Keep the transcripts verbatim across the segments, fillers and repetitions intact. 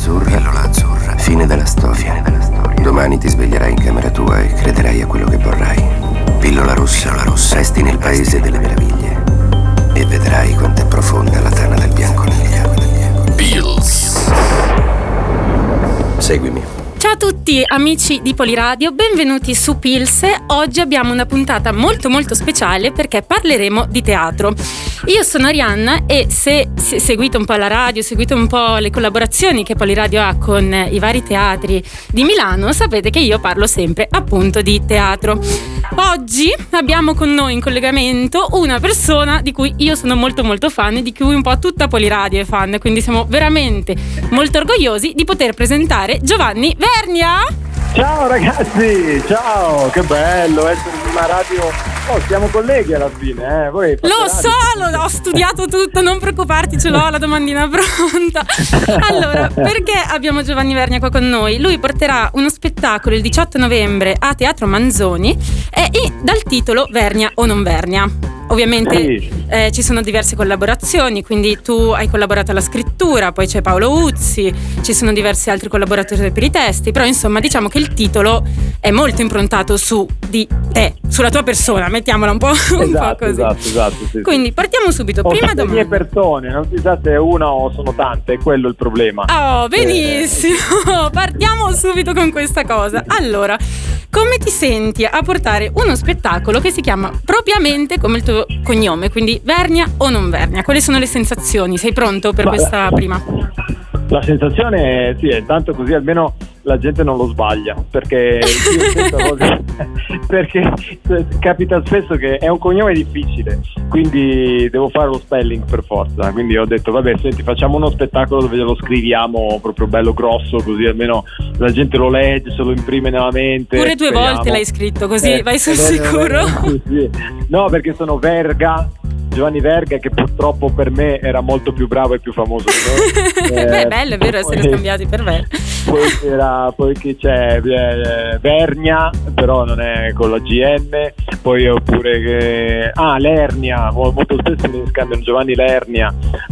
azzurra, pillola azzurra, fine della storia, fine della storia. Domani ti sveglierai in camera tua e crederai a quello che vorrai. Pillola rossa, pillola rossa, resti nel paese delle meraviglie e vedrai quanto è profonda la tana del bianconiglio. Pills. Seguimi. Ciao a tutti amici di Poliradio, benvenuti su Pills. Oggi abbiamo una puntata molto molto speciale perché parleremo di teatro. Io sono Arianna e se, se seguite un po' la radio, seguite un po' le collaborazioni che Poliradio ha con i vari teatri di Milano, sapete che io parlo sempre appunto di teatro. Oggi abbiamo con noi in collegamento una persona di cui io sono molto molto fan e di cui un po' tutta Poliradio è fan, quindi siamo veramente molto orgogliosi di poter presentare Giovanni Vernia. Ciao ragazzi, ciao, che bello essere in una radio. Oh, siamo colleghi alla fine, eh? Voi lo so, lo, ho studiato tutto, non preoccuparti, ce l'ho la domandina pronta. Allora, perché abbiamo Giovanni Vernia qua con noi? Lui porterà uno spettacolo il diciotto novembre a Teatro Manzoni e, e dal titolo Vernia o non Vernia. Ovviamente sì. eh, ci sono diverse collaborazioni, quindi tu hai collaborato alla scrittura, poi c'è Paolo Uzzi, ci sono diversi altri collaboratori per i testi, però insomma diciamo che il titolo è molto improntato su di te, sulla tua persona, mettiamola un po', un esatto, po' così. Esatto, esatto, sì, quindi partiamo subito, o prima le domanda. mie persone, non si sa se è una o sono tante, è quello il problema. Oh, benissimo, eh. Partiamo subito con questa cosa. Allora, come ti senti a portare uno spettacolo che si chiama propriamente come il tuo cognome, quindi Vernia o non Vernia? Quali sono le sensazioni? Sei pronto per Ma questa la, prima? La sensazione è, sì, è tanto così almeno la gente non lo sbaglia, perché cosa, perché capita spesso che è un cognome difficile, quindi devo fare lo spelling per forza, quindi ho detto vabbè, senti, facciamo uno spettacolo dove lo scriviamo proprio bello grosso, così almeno la gente lo legge, se lo imprime nella mente. Pure due speriamo. volte l'hai scritto, così eh, vai sul eh, sicuro. Eh, sì. No, perché sono Verga, Giovanni Verga, che purtroppo per me era molto più bravo e più famoso di me. eh, Beh, bello, è vero essere scambiati per me. Poi, era, poi che c'è eh, Vernia, però non è con la G N. Poi oppure che ah Lernia, molto spesso mi scambiano Giovanni Lernia,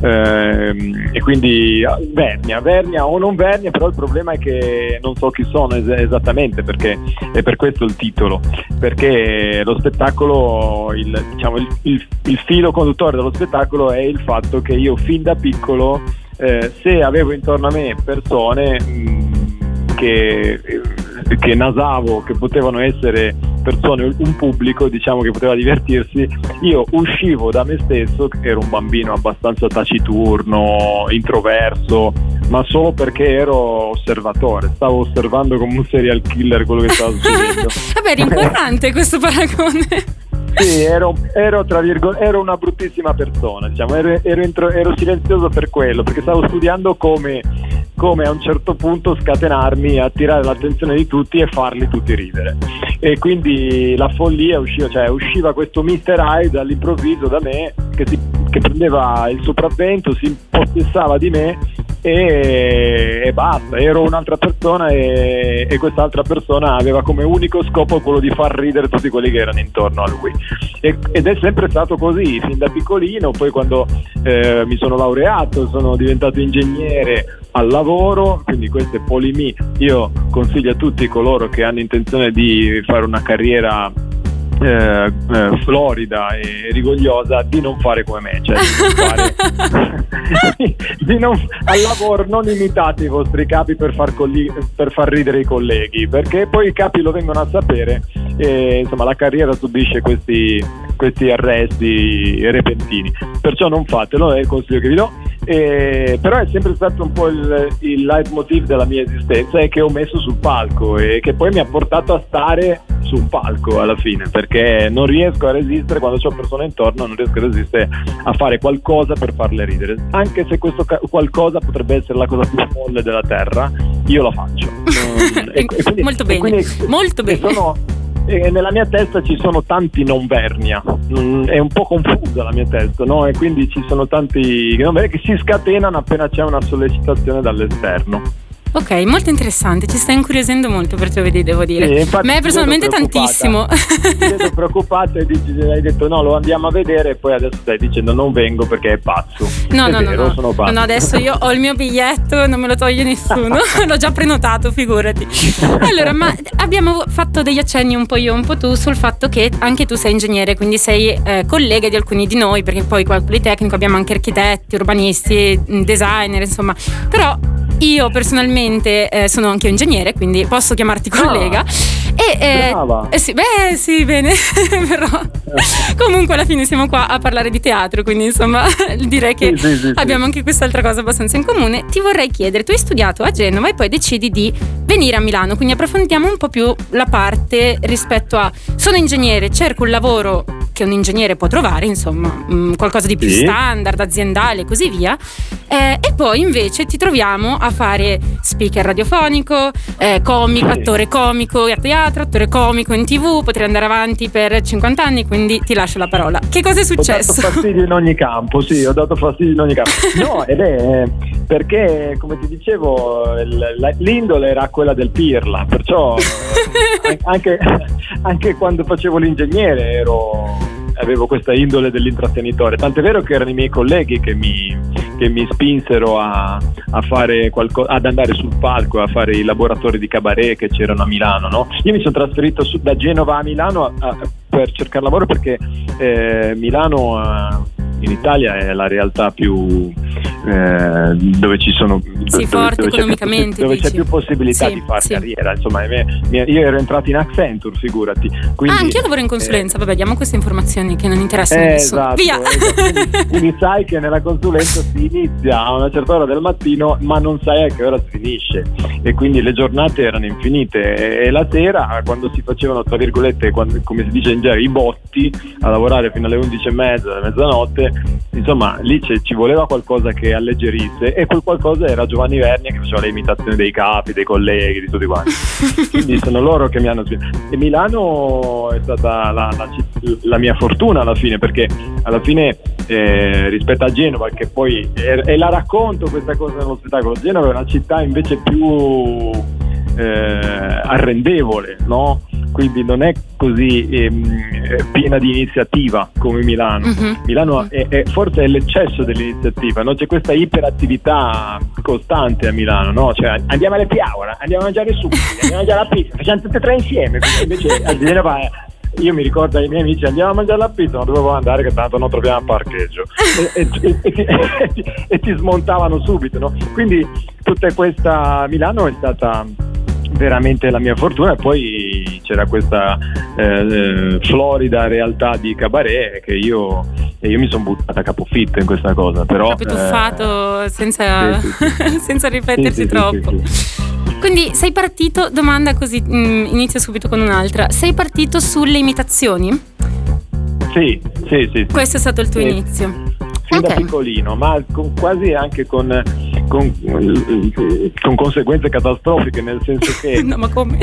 ehm, e quindi Vernia, Vernia o non Vernia, però il problema è che non so chi sono es- esattamente, perché è per questo il titolo, perché lo spettacolo, il, diciamo il, il, il filo conduttore dello spettacolo è il fatto che io fin da piccolo, eh, se avevo intorno a me persone mh, che, che nasavo, che potevano essere persone, un pubblico diciamo che poteva divertirsi, io uscivo da me stesso, che ero un bambino abbastanza taciturno, introverso, ma solo perché ero osservatore, stavo osservando come un serial killer quello che stava succedendo. Vabbè, rincuorante questo paragone. Sì, ero, ero tra virgolette, ero una bruttissima persona, diciamo, ero, ero, intro, ero silenzioso per quello, perché stavo studiando come, come a un certo punto scatenarmi, attirare l'attenzione di tutti e farli tutti ridere. E quindi la follia usciva, cioè usciva questo mister Hyde all'improvviso da me, che, si, che prendeva il sopravvento, si impossessava di me e, e basta, ero un'altra persona e, e quest'altra persona aveva come unico scopo quello di far ridere tutti quelli che erano intorno a lui. E, ed è sempre stato così fin da piccolino. Poi quando eh, mi sono laureato, sono diventato ingegnere al lavoro, quindi questo è Polimi. Io consiglio a tutti coloro che hanno intenzione di fare una carriera eh, eh, florida e rigogliosa di non fare come me, cioè di non fare di non, al lavoro non imitate i vostri capi per far, colli, per far ridere i colleghi, perché poi i capi lo vengono a sapere e insomma la carriera subisce questi, questi arresti repentini, perciò non fatelo, è il consiglio che vi do. Eh, però è sempre stato un po' il, il leitmotiv della mia esistenza e che ho messo sul palco e che poi mi ha portato a stare su un palco alla fine, perché non riesco a resistere quando c'ho persone intorno, non riesco a resistere a fare qualcosa per farle ridere, anche se questo ca- qualcosa potrebbe essere la cosa più folle della terra, io la faccio. um, e, e quindi, molto bene, quindi, molto bene. Sono, e nella mia testa ci sono tanti non Vernia, mm, è un po' confusa la mia testa, no? E quindi ci sono tanti non Vernia che si scatenano appena c'è una sollecitazione dall'esterno. Ok, molto interessante, ci sta incuriosendo molto per te, devo dire. Sì, infatti, me personalmente tantissimo. Ti vedo preoccupato e dici, hai detto no, lo andiamo a vedere e poi adesso stai dicendo non vengo perché è pazzo. No, è no, vero, no, no. sono pazzo. No, no, adesso io ho il mio biglietto, non me lo toglie nessuno, l'ho già prenotato, figurati. Allora, ma abbiamo fatto degli accenni un po' io, un po' tu sul fatto che anche tu sei ingegnere, quindi sei eh, collega di alcuni di noi, perché poi qua al Politecnico abbiamo anche architetti, urbanisti, designer, insomma. Però io personalmente eh, sono anche ingegnere, quindi posso chiamarti collega. Ah. E, eh, Brava. eh sì, beh sì, bene. Però comunque alla fine siamo qua a parlare di teatro, quindi insomma direi che sì, sì, sì, abbiamo sì. anche quest'altra cosa abbastanza in comune. Ti vorrei chiedere, tu hai studiato a Genova e poi decidi di venire a Milano, quindi approfondiamo un po' più la parte rispetto a sono ingegnere, cerco un lavoro che un ingegnere può trovare, insomma mh, qualcosa di più Sì. standard, aziendale e così via, eh, e poi invece ti troviamo a fare speaker radiofonico, eh, comico, Sì. attore comico a teatro, attore comico in tv, potrei andare avanti per cinquanta anni, quindi ti lascio la parola. Che cosa è Ho successo? dato fastidio in ogni campo, sì, ho dato fastidio in ogni campo. No, ed è perché, come ti dicevo, il- la- l'indole era quella del pirla, perciò eh, anche, anche quando facevo l'ingegnere ero, avevo questa indole dell'intrattenitore. Tant'è vero che erano i miei colleghi che mi, che mi spinsero a, a fare qualcosa, ad andare sul palco, a fare i laboratori di cabaret che c'erano a Milano, no? Io mi sono trasferito su- da Genova a Milano a- a- per cercare lavoro perché eh, Milano eh, in Italia è la realtà più eh, dove ci sono Sì, dove, forte dove c'è più economicamente, possi- dove c'è dici. più possibilità Sì, di fare sì. carriera, insomma a me- mi- io ero entrato in Accenture, figurati. Quindi, Ah, anch'io lavoro in consulenza, vabbè, diamo queste informazioni che non interessano a eh, nessuno. esatto, Via! esatto. Quindi, quindi sai che nella consulenza si inizia a una certa ora del mattino, ma non sai a che ora si finisce, e quindi le giornate erano infinite e, e la sera, quando si facevano tra virgolette, quando, come si dice in genere, i botti a lavorare fino alle undici e mezza, mezzanotte, insomma lì c'è- ci voleva qualcosa che alleggerisse, e quel qualcosa era Giovanni Vernia che faceva le imitazioni dei capi, dei colleghi, di tutti quanti. Quindi sono loro che mi hanno spinto. E Milano è stata la, la citt- la mia fortuna alla fine, perché alla fine eh, rispetto a Genova, che poi e, e la racconto questa cosa nello spettacolo, Genova è una città invece più eh, arrendevole, no? Quindi non è così ehm, eh, piena di iniziativa come Milano. Mhm. Milano è, è- forse è l'eccesso dell'iniziativa, no? C'è questa iperattività costante a Milano, no? Cioè andiamo alle Piaura, andiamo a mangiare su, andiamo a mangiare la pizza, facciamo tutte e tre insieme. Quindi invece a Genova eh, io mi ricordo ai miei amici andiamo a mangiare la pizza, ma dovevo andare che tanto non troviamo parcheggio, e, e- e- e ti, e ti- e ti smontavano subito, no? Quindi tutta questa Milano è stata veramente la mia fortuna, e poi c'era questa eh, florida realtà di cabaret che io, e io mi sono buttata a capofitto in questa cosa, però Proprio tuffato eh, senza, sì, sì, sì. senza rifletterci sì, sì, troppo. sì, sì. Quindi sei partito, domanda così, mh, inizio subito con un'altra. Sei partito sulle imitazioni? Sì, sì, sì, sì. Questo è stato il tuo Sì. inizio. Fin da Ok. piccolino, ma con- quasi anche con, con, con conseguenze catastrofiche, nel senso che No, ma come?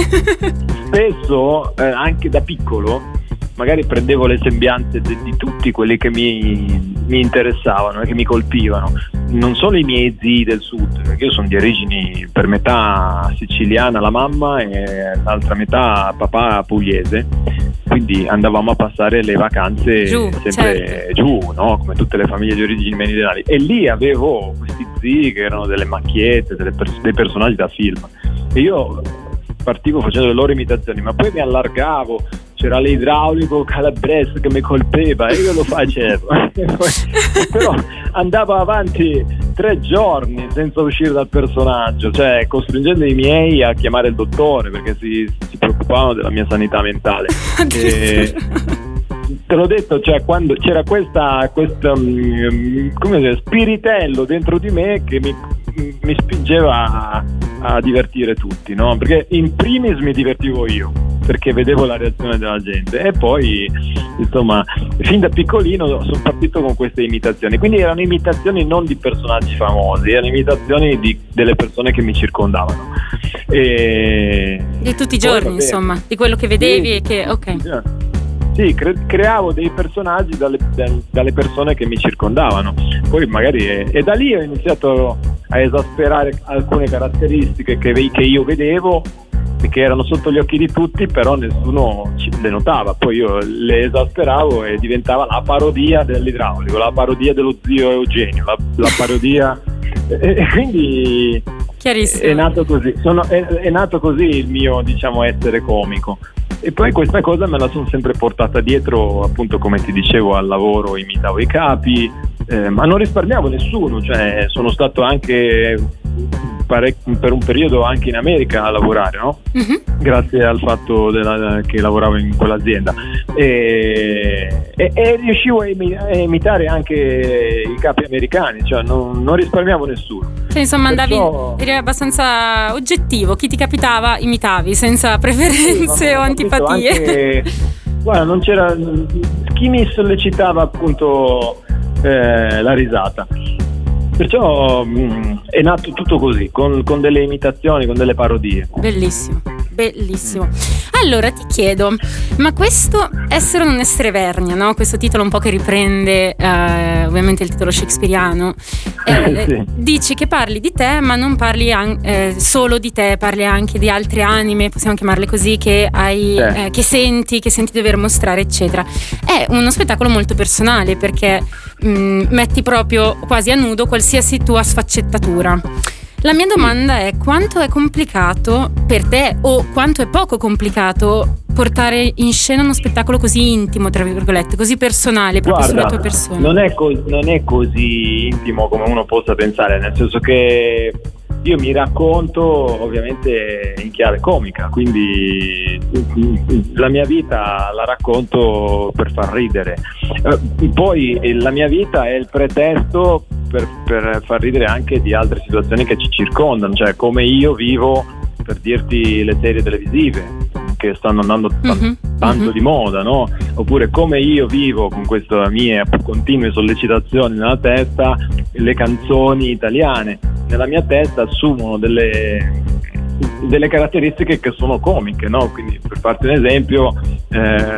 spesso eh, anche da piccolo magari prendevo le sembianze de- di tutti quelli che mi, mi interessavano e che mi colpivano, non solo i miei zii del sud, perché io sono di origini per metà siciliana la mamma e l'altra metà papà pugliese, quindi andavamo a passare le vacanze Giù, sempre certo. giù, no? Come tutte le famiglie di origini meridionali, e lì avevo questi zii che erano delle macchiette, delle pers- dei personaggi da film, e io partivo facendo le loro imitazioni, ma poi mi allargavo, c'era l'idraulico calabrese che mi colpeva e io lo facevo però andavo avanti tre giorni senza uscire dal personaggio, cioè costringendo i miei a chiamare il dottore perché si, si preoccupavano della mia sanità mentale. E, te l'ho detto, cioè quando c'era questa, questa um, come dire, spiritello dentro di me che mi, mi spingeva a, a divertire tutti, no? Perché in primis mi divertivo io, perché vedevo la reazione della gente, e poi insomma fin da piccolino sono partito con queste imitazioni, quindi erano imitazioni non di personaggi famosi, erano imitazioni di, delle persone che mi circondavano, e Di tutti i poi, giorni, vabbè, insomma, di quello che vedevi sì, e che... Ok. sì, cre- creavo dei personaggi dalle, da- dalle persone che mi circondavano, poi magari e, e da lì ho iniziato a esasperare alcune caratteristiche che, che io vedevo e che erano sotto gli occhi di tutti, però nessuno le notava. Poi io le esasperavo e diventava la parodia dell'idraulico, la parodia dello zio Eugenio, la, la parodia e, e quindi chiarissimo. È nato così, sono, è, è nato così il mio, diciamo, essere comico. E poi questa cosa me la sono sempre portata dietro, appunto, come ti dicevo, al lavoro imitavo i capi, eh, ma non risparmiavo nessuno, cioè sono stato anche pare- per un periodo anche in America a lavorare, no? Mm-hmm. Grazie al fatto della, che lavoravo in quell'azienda e, e, e riuscivo a, imi- a imitare anche i capi americani, cioè non, non risparmiavo nessuno. Cioè, insomma, andavi, Perciò... eri abbastanza oggettivo, chi ti capitava imitavi senza preferenze sì, o antipatie. Anche, guarda, non c'era chi mi sollecitava appunto eh, la risata. Perciò mh, è nato tutto così, con, con delle imitazioni, con delle parodie. Bellissimo, bellissimo. Allora ti chiedo, ma questo Essere o non essere Vernia, no? Questo titolo un po' che riprende eh, ovviamente il titolo shakespeariano, eh, sì. Dici che parli di te, ma non parli an- eh, solo di te, parli anche di altre anime, possiamo chiamarle così, che hai, sì. eh, che senti, che senti di dover mostrare, eccetera. È uno spettacolo molto personale perché mh, metti proprio quasi a nudo qualsiasi tua sfaccettatura. La mia domanda è: quanto è complicato per te, o quanto è poco complicato, portare in scena uno spettacolo così intimo, tra virgolette, così personale, proprio Guarda, sulla tua persona? Non è, co- non è così intimo come uno possa pensare, nel senso che io mi racconto ovviamente in chiave comica, quindi la mia vita la racconto per far ridere. Poi la mia vita è il pretesto per, per far ridere anche di altre situazioni che ci circondano, cioè come io vivo, per dirti, le serie televisive che stanno andando t- mm-hmm. tanto mm-hmm. di moda, no? Oppure come io vivo con queste mie continue sollecitazioni nella testa, le canzoni italiane nella mia testa assumono delle, delle caratteristiche che sono comiche, no? Quindi, per farti un esempio, eh,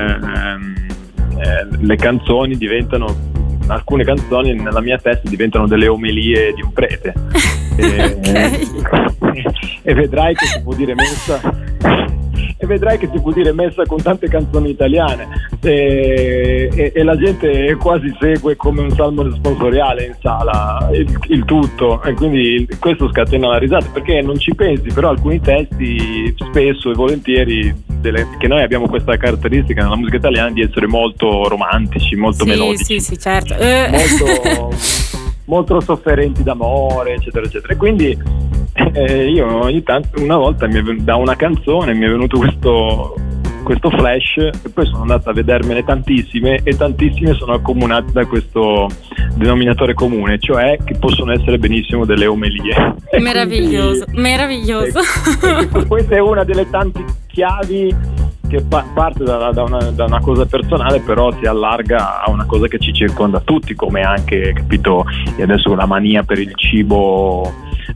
eh, le canzoni diventano, alcune canzoni nella mia testa diventano delle omelie di un prete. e, okay. e vedrai che si può dire messa e vedrai che si può dire messa con tante canzoni italiane e, e, e la gente quasi segue come un salmo responsoriale in sala il, il tutto, e quindi questo scatena la risata, perché non ci pensi, però alcuni testi spesso e volentieri delle, che noi abbiamo questa caratteristica nella musica italiana di essere molto romantici, molto sì, melodici, sì sì certo eh. molto molto sofferenti d'amore, eccetera eccetera, e quindi eh, io ogni tanto, una volta mi è venuto, da una canzone mi è venuto questo questo flash, e poi sono andato a vedermene tantissime, e tantissime sono accomunate da questo denominatore comune, cioè che possono essere benissimo delle omelie. Meraviglioso, quindi, meraviglioso. E, e questa è una delle tante chiavi che pa- parte da, da, una, da una cosa personale, però si allarga a una cosa che ci circonda tutti, come anche, capito, e adesso la mania per il cibo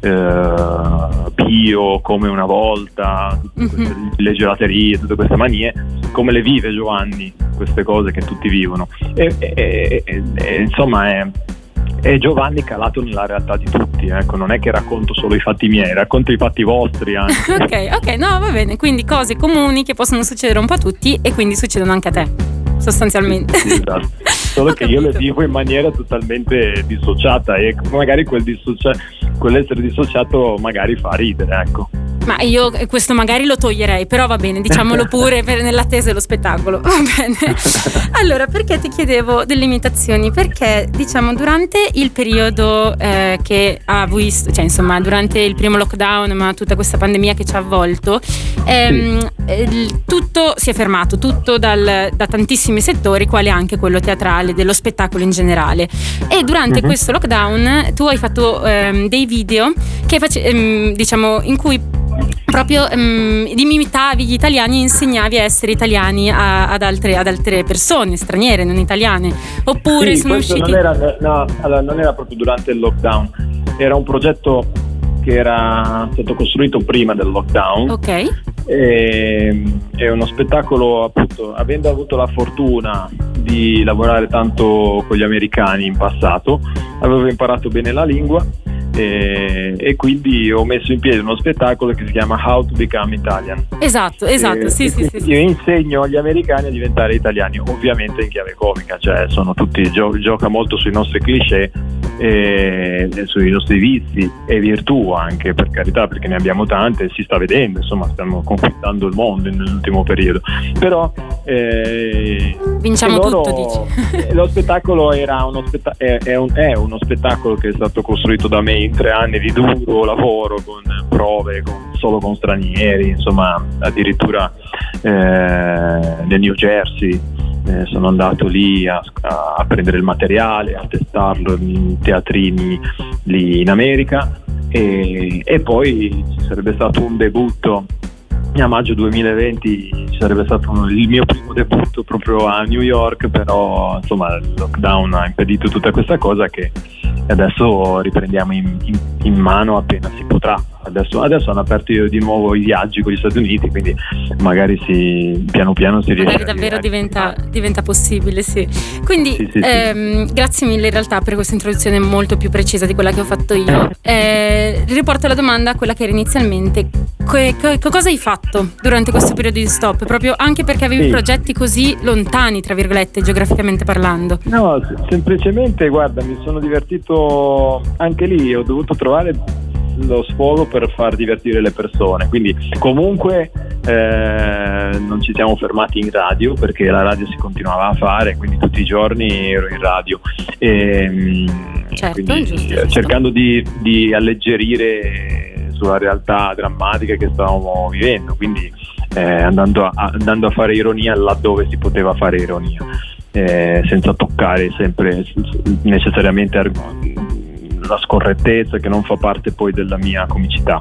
eh, bio come una volta, mm-hmm. le gelaterie, tutte queste manie, come le vive Giovanni queste cose che tutti vivono, e, e, e, e insomma è è Giovanni calato nella realtà di tutti, ecco, non è che racconto solo i fatti miei, racconto i fatti vostri anche. ok, ok, no, va bene, quindi cose comuni che possono succedere un po' a tutti e quindi succedono anche a te, sostanzialmente. Sì, esatto. Solo che io le vivo in maniera totalmente dissociata, e magari quel dissocia- quell'essere dissociato magari fa ridere, ecco. Ma io questo magari lo toglierei, però va bene, diciamolo pure per, nell'attesa dello spettacolo, va bene. Allora, perché ti chiedevo delle imitazioni? Perché, diciamo, durante il periodo eh, che ha visto, cioè insomma durante il primo lockdown, ma tutta questa pandemia che ci ha avvolto, ehm, sì. tutto si è fermato, tutto dal, da tantissimi settori, quali anche quello teatrale, dello spettacolo in generale, e durante uh-huh. questo lockdown tu hai fatto ehm, dei video che face- ehm, diciamo in cui proprio um, imitavi gli italiani e insegnavi a essere italiani a, ad, altre, ad altre persone straniere, non italiane, oppure sì, sono usciti non era, no, allora, non era proprio durante il lockdown, era un progetto che era stato costruito prima del lockdown. Ok. E, è uno spettacolo, appunto, avendo avuto la fortuna di lavorare tanto con gli americani in passato, avevo imparato bene la lingua e, e quindi ho messo in piedi uno spettacolo che si chiama How to Become Italian. Esatto, esatto, e, sì, sì, sì, sì. Io insegno agli americani a diventare italiani, ovviamente in chiave comica, cioè sono tutti gio- gioca molto sui nostri cliché e, e sui nostri vizi e virtù anche, per carità, perché ne abbiamo tante e si sta vedendo, insomma stiamo conquistando il mondo nell'ultimo periodo, però eh, vinciamo loro, tutto, dici. Lo spettacolo era uno, spetta- è, è, un, è uno spettacolo che è stato costruito da me in tre anni di duro lavoro, con prove con, solo con stranieri, insomma addirittura eh, nel New Jersey eh, sono andato lì a, a prendere il materiale, a testarlo in teatrini lì in America e, e poi ci sarebbe stato un debutto a maggio duemilaventi, ci sarebbe stato un, il mio primo debutto proprio a New York, però insomma il lockdown ha impedito tutta questa cosa che adesso riprendiamo in, in, in mano appena si potrà. Adesso, adesso hanno aperto di nuovo i viaggi con gli Stati Uniti, quindi magari si, piano piano si riesce magari davvero diventa, diventa possibile, sì. Quindi sì, sì, ehm, sì. Grazie mille in realtà per questa introduzione molto più precisa di quella che ho fatto io. Eh, riporto la domanda a quella che era inizialmente: che, che, che cosa hai fatto durante questo periodo di stop? Proprio anche perché avevi sì. progetti così lontani, tra virgolette, geograficamente parlando. No, semplicemente guarda, mi sono divertito anche lì, ho dovuto trovare lo sfogo per far divertire le persone, quindi comunque eh, non ci siamo fermati in radio, perché la radio si continuava a fare, quindi tutti i giorni ero in radio e, certo, quindi, giusto, giusto. cercando di, di alleggerire sulla realtà drammatica che stavamo vivendo, quindi eh, andando, a, andando a fare ironia laddove si poteva fare ironia, eh, senza toccare sempre necessariamente argomenti, la scorrettezza che non fa parte poi della mia comicità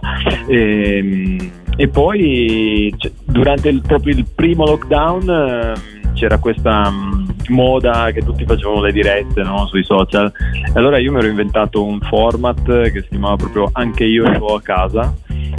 e, e poi cioè, durante il, proprio il primo lockdown eh, c'era questa um, moda che tutti facevano le dirette, no, sui social, e allora io mi ero inventato un format che si chiamava proprio Anche io sto a casa,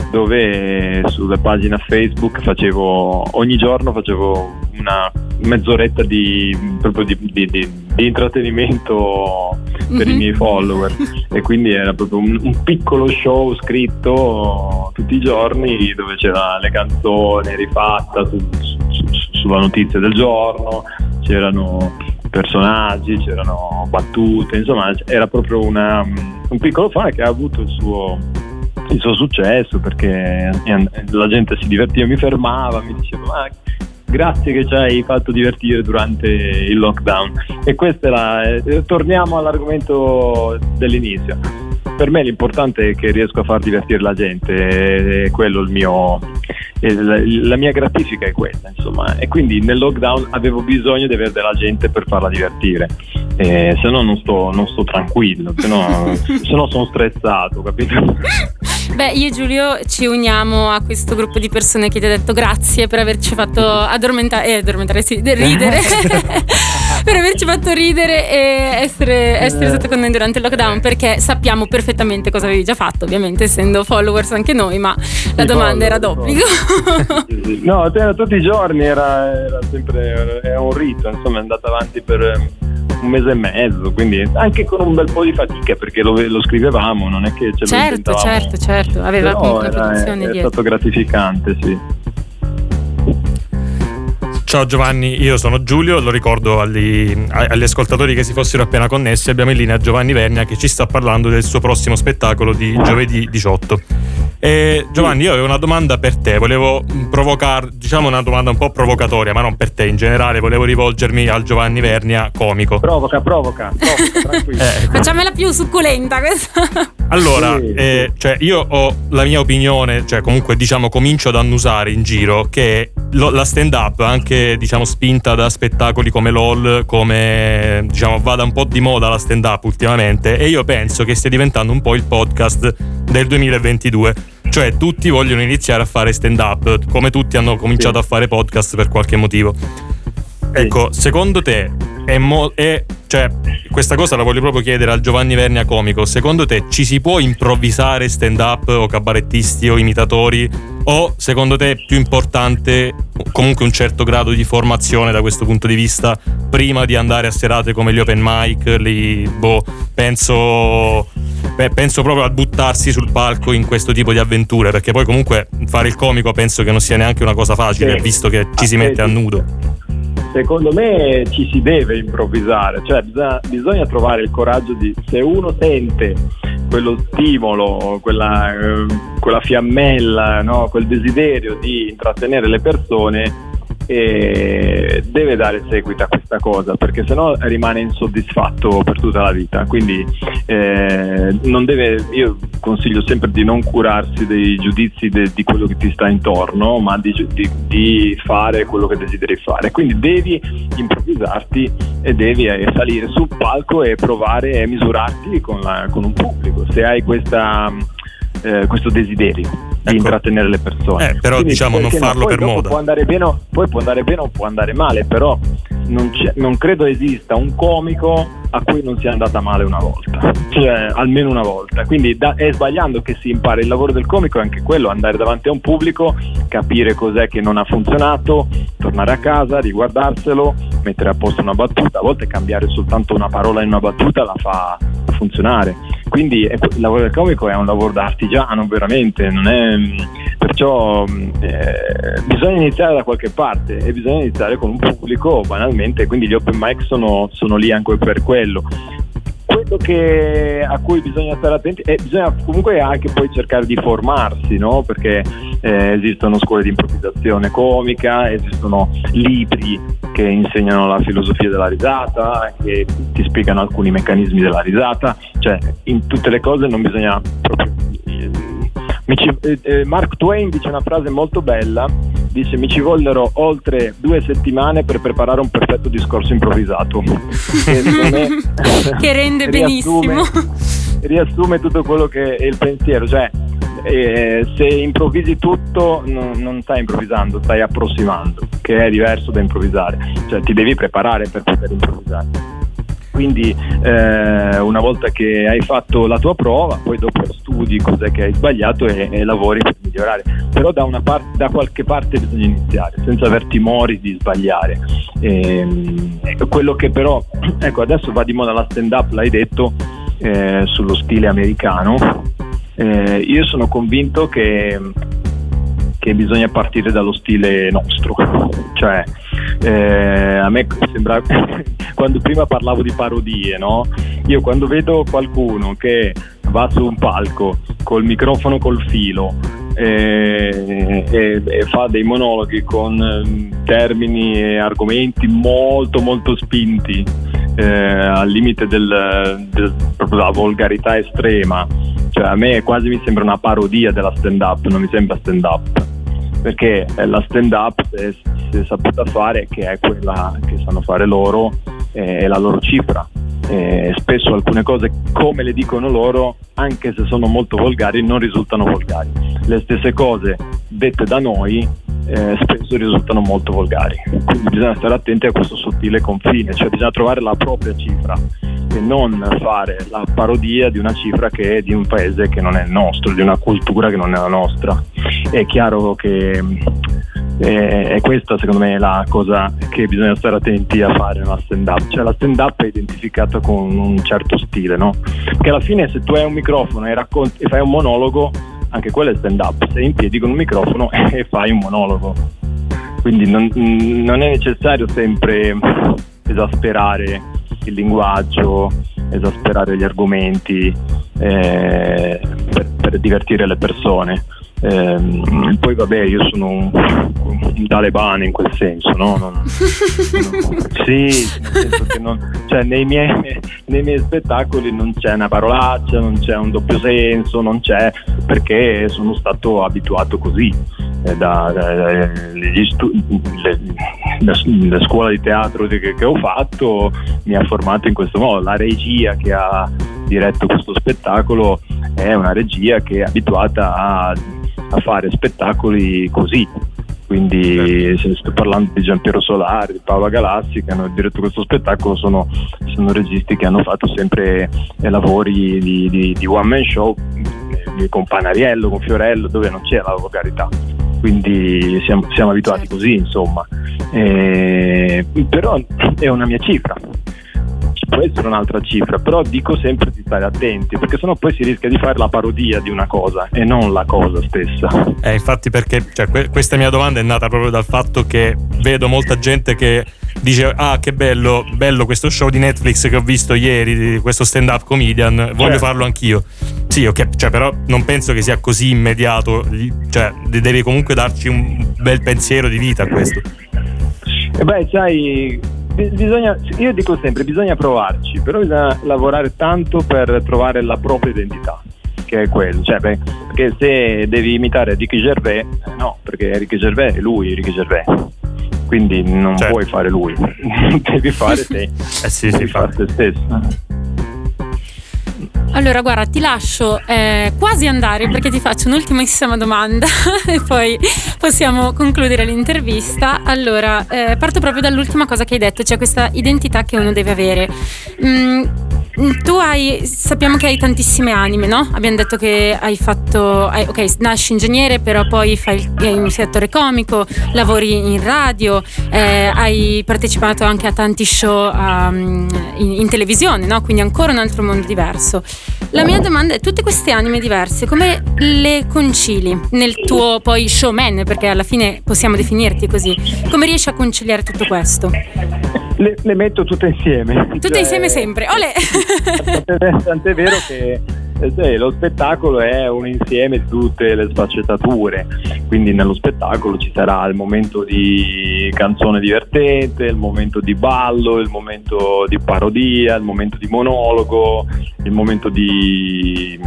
dove sulle pagine Facebook facevo ogni giorno facevo una mezz'oretta di proprio di, di, di, di intrattenimento per mm-hmm. i miei follower, e quindi era proprio un, un piccolo show scritto tutti i giorni dove c'era le canzoni rifatta su, su, su, sulla notizia del giorno, c'erano personaggi, c'erano battute, insomma era proprio una, un piccolo fan che ha avuto il suo il suo successo, perché la gente si divertiva, mi fermava, mi diceva ma grazie che ci hai fatto divertire durante il lockdown. E questo era, eh, torniamo all'argomento dell'inizio. Per me l'importante è che riesco a far divertire la gente, è quello il mio, è la, la mia gratifica è quella, insomma, e quindi nel lockdown avevo bisogno di avere della gente per farla divertire, eh, se no non sto, non sto tranquillo, se no, se no sono stressato, capito? Beh, io e Giulio ci uniamo a questo gruppo di persone che ti ha detto grazie per averci fatto addormentare, eh, addormentare sì, ridere per averci fatto ridere e essere, essere stato con noi durante il lockdown, perché sappiamo perfettamente cosa avevi già fatto, ovviamente essendo followers anche noi, ma la domanda era d'obbligo. No, era tutti i giorni, era, era sempre era un rito, insomma è andato avanti per un mese e mezzo, quindi anche con un bel po' di fatica, perché lo, lo scrivevamo, non è che ce lo certo certo certo aveva comunque la produzione è, dietro. È stato gratificante, sì. Ciao Giovanni, io sono Giulio, lo ricordo agli, agli ascoltatori che si fossero appena connessi, abbiamo in linea Giovanni Vernia che ci sta parlando del suo prossimo spettacolo di giovedì diciotto. E Giovanni, io avevo una domanda per te, volevo provocare, diciamo una domanda un po' provocatoria, ma non per te, in generale volevo rivolgermi al Giovanni Vernia comico. Provoca, provoca, provoca, tranquillo. Eh, facciamela più succulenta questa. Allora, sì. eh, cioè io ho la mia opinione, cioè comunque diciamo comincio ad annusare in giro che lo, la stand up, anche diciamo spinta da spettacoli come LOL, come diciamo vada un po' di moda la stand up ultimamente, e io penso che stia diventando un po' il podcast del duemilaventidue, cioè tutti vogliono iniziare a fare stand up, come tutti hanno cominciato sì. a fare podcast per qualche motivo. Ecco, secondo te è, mo- è cioè questa cosa la voglio proprio chiedere al Giovanni Vernia comico, secondo te ci si può improvvisare stand up o cabarettisti o imitatori, o secondo te è più importante comunque un certo grado di formazione da questo punto di vista prima di andare a serate come gli open mic, lì, boh, penso beh, penso proprio a buttarsi sul palco in questo tipo di avventure, perché poi comunque fare il comico penso che non sia neanche una cosa facile, sì, visto che ci si mette a nudo. Secondo me ci si deve improvvisare, cioè bisogna, bisogna trovare il coraggio di, se uno sente quello stimolo, quella, eh, quella fiammella, no? Quel desiderio di intrattenere le persone, e deve dare seguito a questa cosa, perché sennò rimane insoddisfatto per tutta la vita. Quindi eh, non deve, io consiglio sempre di non curarsi dei giudizi de, di quello che ti sta intorno, ma di, di, di fare quello che desideri fare. Quindi devi improvvisarti e devi eh, salire sul palco e provare e misurarti con, la, con un pubblico, se hai questa Eh, questo desiderio di ecco. intrattenere le persone. Eh, però Quindi, diciamo non farlo no, per moda. Può andare bene, poi può andare bene o può andare male, però non, c'è, non credo esista un comico a cui non sia andata male una volta, cioè almeno una volta. Quindi da, è sbagliando che si impara. Il lavoro del comico è anche quello, andare davanti a un pubblico, capire cos'è che non ha funzionato, tornare a casa, riguardarselo, mettere a posto una battuta. A volte cambiare soltanto una parola in una battuta la fa funzionare. Quindi è, il lavoro del comico è un lavoro da artigiano, veramente, non è, perciò eh, bisogna iniziare da qualche parte e bisogna iniziare con un pubblico, banalmente. Quindi gli open mic sono, sono lì anche per quello. Quello che, a cui bisogna stare attenti e bisogna comunque anche poi cercare di formarsi, no? Perché eh, esistono scuole di improvvisazione comica, esistono libri che insegnano la filosofia della risata, che ti spiegano alcuni meccanismi della risata. Cioè, in tutte le cose non bisogna proprio eh, mi ci, eh, Mark Twain dice una frase molto bella, dice: mi ci vollero oltre due settimane per preparare un perfetto discorso improvvisato, che, me, che rende riassume, benissimo riassume tutto quello che è il pensiero. Cioè eh, se improvvisi tutto non, non stai improvvisando, stai approssimando, che è diverso da improvvisare. Cioè ti devi preparare per poter improvvisare. Quindi eh, una volta che hai fatto la tua prova, poi dopo studi cos'è che hai sbagliato e, e lavori per migliorare. Però da una parte, da qualche parte bisogna iniziare, senza aver timori di sbagliare. E, quello che però, ecco, adesso va di moda la stand-up, l'hai detto, eh, sullo stile americano. Eh, io sono convinto che che bisogna partire dallo stile nostro, cioè eh, a me sembra quando prima parlavo di parodie, no? Io quando vedo qualcuno che va su un palco col microfono col filo e, e, e fa dei monologhi con termini e argomenti molto molto spinti, eh, al limite del, del, proprio della volgarità estrema, cioè a me quasi mi sembra una parodia della stand-up, non mi sembra stand-up, perché la stand-up se, se è saputa fare, che è quella che sanno fare loro, è la loro cifra. E spesso alcune cose, come le dicono loro, anche se sono molto volgari, non risultano volgari. Le stesse cose dette da noi eh, spesso risultano molto volgari. Quindi bisogna stare attenti a questo sottile confine, cioè bisogna trovare la propria cifra e non fare la parodia di una cifra che è di un paese che non è il nostro, di una cultura che non è la nostra. È chiaro che eh, è questa, secondo me, la cosa che bisogna stare attenti a fare nella stand-up. Cioè la stand-up è identificata con un certo stile, no? Perché alla fine se tu hai un microfono e, racconti, e fai un monologo, anche quello è stand-up. Sei in piedi con un microfono e fai un monologo. Quindi non, non è necessario sempre esasperare il linguaggio, esasperare gli argomenti eh, per, per divertire le persone. Eh, poi vabbè, io sono un, un talebano in quel senso, no? Non, non, sì, nel senso che non, cioè nei miei, nei miei spettacoli non c'è una parolaccia, non c'è un doppio senso, non c'è, perché sono stato abituato così eh, da, da, da gli stu- le, la, la scuola di teatro che, che ho fatto mi ha formato in questo modo. La regia che ha diretto questo spettacolo è una regia che è abituata a a fare spettacoli così, quindi se sto parlando di Giampiero Solari, di Paola Galassi che hanno diretto questo spettacolo, sono, sono registi che hanno fatto sempre eh, lavori di, di, di one man show eh, con Panariello, con Fiorello, dove non c'è la volgarità, quindi siamo, siamo abituati così, insomma. Eh, però è una mia cifra. può essere un'altra cifra, però dico sempre di stare attenti, perché sennò poi si rischia di fare la parodia di una cosa e non la cosa stessa. Eh, infatti, perché cioè, que- questa mia domanda è nata proprio dal fatto che vedo molta gente che dice: ah, che bello, bello questo show di Netflix che ho visto ieri, questo stand-up comedian, voglio Certo. farlo anch'io. Sì, ok, cioè, però non penso che sia così immediato, cioè devi comunque darci un bel pensiero di vita a questo. E beh, sai, bi- bisogna, io dico sempre, bisogna provarci, però bisogna lavorare tanto per trovare la propria identità, che è quello, cioè, beh, perché se devi imitare Ricky Gervais, eh, no, perché Ricky Gervais è lui, Ricky Gervais, quindi non Certo. puoi fare lui, devi fare te, Eh sì, devi sì, fare te stesso. Allora, guarda, ti lascio eh, quasi andare perché ti faccio un'ultimissima domanda e poi possiamo concludere l'intervista. Allora, eh, parto proprio dall'ultima cosa che hai detto, cioè questa identità che uno deve avere. Mm, tu hai, sappiamo che hai tantissime anime, no? Abbiamo detto che hai fatto, hai, ok, nasci ingegnere, però poi fai il, hai un settore comico, lavori in radio, eh, hai partecipato anche a tanti show um, in, in televisione, no? Quindi ancora un altro mondo diverso. La mia domanda è: tutte queste anime diverse come le concili nel tuo poi showman, perché alla fine possiamo definirti così, come riesci a conciliare tutto questo? Le, le metto tutte insieme. Tutte Cioè, insieme sempre, olè! Tant'è, tant'è vero che eh, sì, lo spettacolo è un insieme di tutte le sfaccettature, quindi nello spettacolo ci sarà il momento di canzone divertente, il momento di ballo, il momento di parodia, il momento di monologo, il momento di,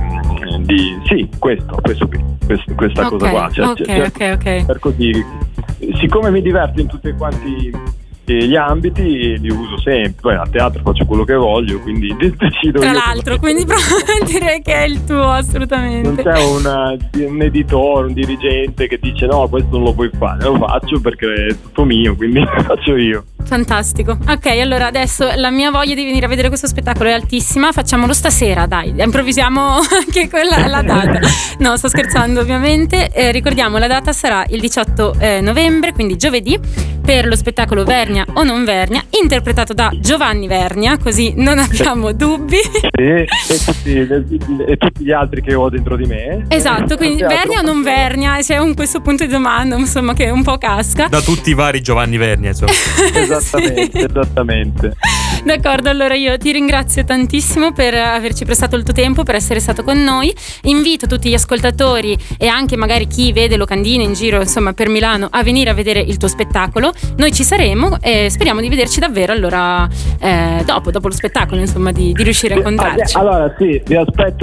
di sì, questo, questo qui, questo, questa Ok, cosa qua. Cioè, ok, cioè, ok, ok. per così, siccome mi diverto in tutti quanti gli ambiti, li uso sempre. Poi a teatro faccio quello che voglio, quindi decido Tra io l'altro, cosa- quindi proprio direi che è il tuo, non assolutamente. c'è una- un editore, un dirigente che dice no, questo non lo puoi fare, lo faccio perché è tutto mio, quindi lo faccio io. Fantastico. Ok, allora adesso la mia voglia di venire a vedere questo spettacolo è altissima. Facciamolo stasera, dai, improvvisiamo anche quella la data. No, sto scherzando ovviamente. Eh, ricordiamo, la data sarà il diciotto eh, novembre, quindi giovedì, per lo spettacolo Vernia o non Vernia, interpretato da Giovanni Vernia, così non abbiamo dubbi. Sì, e, tutti, e tutti gli altri che ho dentro di me. Esatto, quindi Teatro Vernia o non Manzoni. Vernia, c'è un questo punto di domanda, insomma, che un po' casca. Da tutti i vari Giovanni Vernia, insomma. Esattamente, Sì. esattamente. D'accordo, allora io ti ringrazio tantissimo per averci prestato il tuo tempo, per essere stato con noi. Invito tutti gli ascoltatori e anche magari chi vede locandine in giro, insomma, per Milano, a venire a vedere il tuo spettacolo. Noi ci saremo e speriamo di vederci davvero allora eh, dopo, dopo lo spettacolo, insomma, di, di riuscire a incontrarci. Allora sì, vi aspetto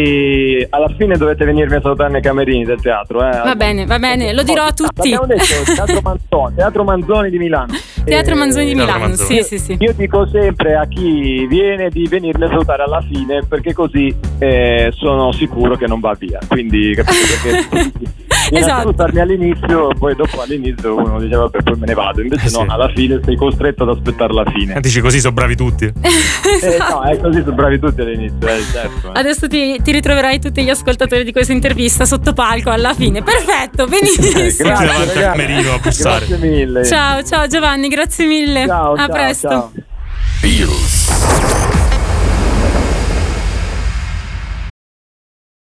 lì, alla fine dovete venirmi a salutare nei camerini del teatro, eh. Va bene, va bene, lo dirò a tutti. Abbiamo detto Teatro Manzoni, Teatro Manzoni di Milano. Teatro Eh, Manzoni di Teatro Milano, Manzoni. sì, sì, sì. Io dico sempre a chi viene di venirmi a salutare alla fine, perché così eh, sono sicuro che non va via. Quindi capito, perché viene Esatto. a salutarmi all'inizio, poi dopo all'inizio uno dice vabbè, poi me ne vado. Invece Eh, no, sì. alla fine sei costretto ad aspettare la fine. Dici così sono bravi tutti. Eh, no, è così, sono bravi tutti all'inizio, eh, certo. eh. Adesso ti, ti ritroverai tutti gli ascoltatori di questa intervista sotto palco alla fine. Perfetto, benissimo. Grazie, davanti al ragazzi. camerino a bussare. Grazie mille. Ciao, ciao Giovanni, grazie mille. Ciao, a ciao, presto. ciao. Pills.